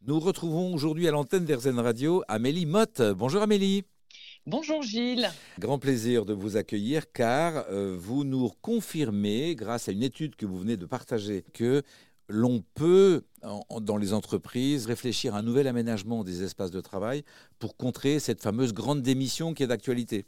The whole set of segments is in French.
Nous retrouvons aujourd'hui à l'antenne d'RZN Radio Amélie Motte. Bonjour Amélie. Bonjour Gilles. Grand plaisir de vous accueillir car vous nous confirmez, grâce à une étude que vous venez de partager, que l'on peut, dans les entreprises, réfléchir à un nouvel aménagement des espaces de travail pour contrer cette fameuse grande démission qui est d'actualité.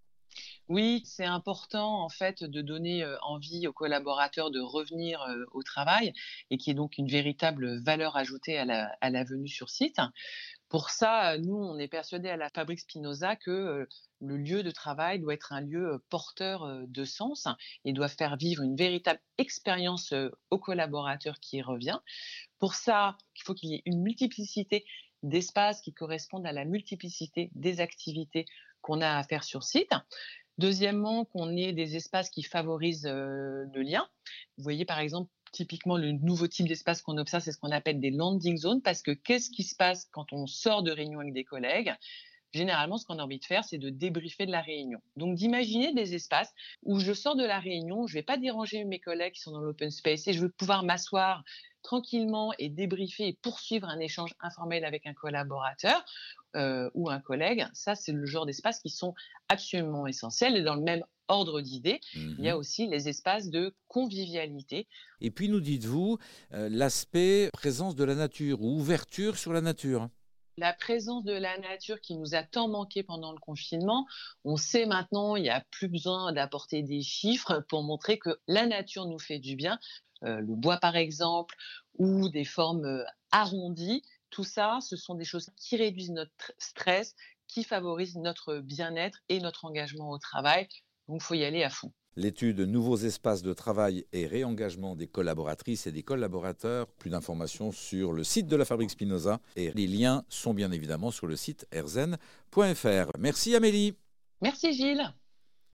Oui, c'est important en fait de donner envie aux collaborateurs de revenir au travail et qui est donc une véritable valeur ajoutée à la venue sur site. Pour ça, nous, on est persuadés à la Fabrique Spinoza que le lieu de travail doit être un lieu porteur de sens et doit faire vivre une véritable expérience aux collaborateurs qui y revient. Pour ça, il faut qu'il y ait une multiplicité d'espaces qui correspondent à la multiplicité des activités qu'on a à faire sur site. Deuxièmement, qu'on ait des espaces qui favorisent le lien. Vous voyez, par exemple, typiquement, le nouveau type d'espace qu'on observe, c'est ce qu'on appelle des landing zones, parce que qu'est-ce qui se passe quand on sort de réunion avec des collègues ? Généralement, ce qu'on a envie de faire, c'est de débriefer de la réunion. Donc, d'imaginer des espaces où je sors de la réunion, je ne vais pas déranger mes collègues qui sont dans l'open space et je vais pouvoir m'asseoir tranquillement et débriefer et poursuivre un échange informel avec un collaborateur ou un collègue. Ça, c'est le genre d'espaces qui sont absolument essentiels. Et dans le même ordre d'idées, il y a aussi les espaces de convivialité. Et puis nous dites-vous, l'aspect présence de la nature ou ouverture sur la nature. La présence de la nature qui nous a tant manqué pendant le confinement, on sait maintenant, il n'y a plus besoin d'apporter des chiffres pour montrer que la nature nous fait du bien. Le bois par exemple, ou des formes arrondies, tout ça, ce sont des choses qui réduisent notre stress, qui favorisent notre bien-être et notre engagement au travail. Donc il faut y aller à fond. L'étude Nouveaux espaces de travail et réengagement des collaboratrices et des collaborateurs. Plus d'informations sur le site de la Fabrique Spinoza et les liens sont bien évidemment sur le site rzn.fr. Merci Amélie. Merci Gilles.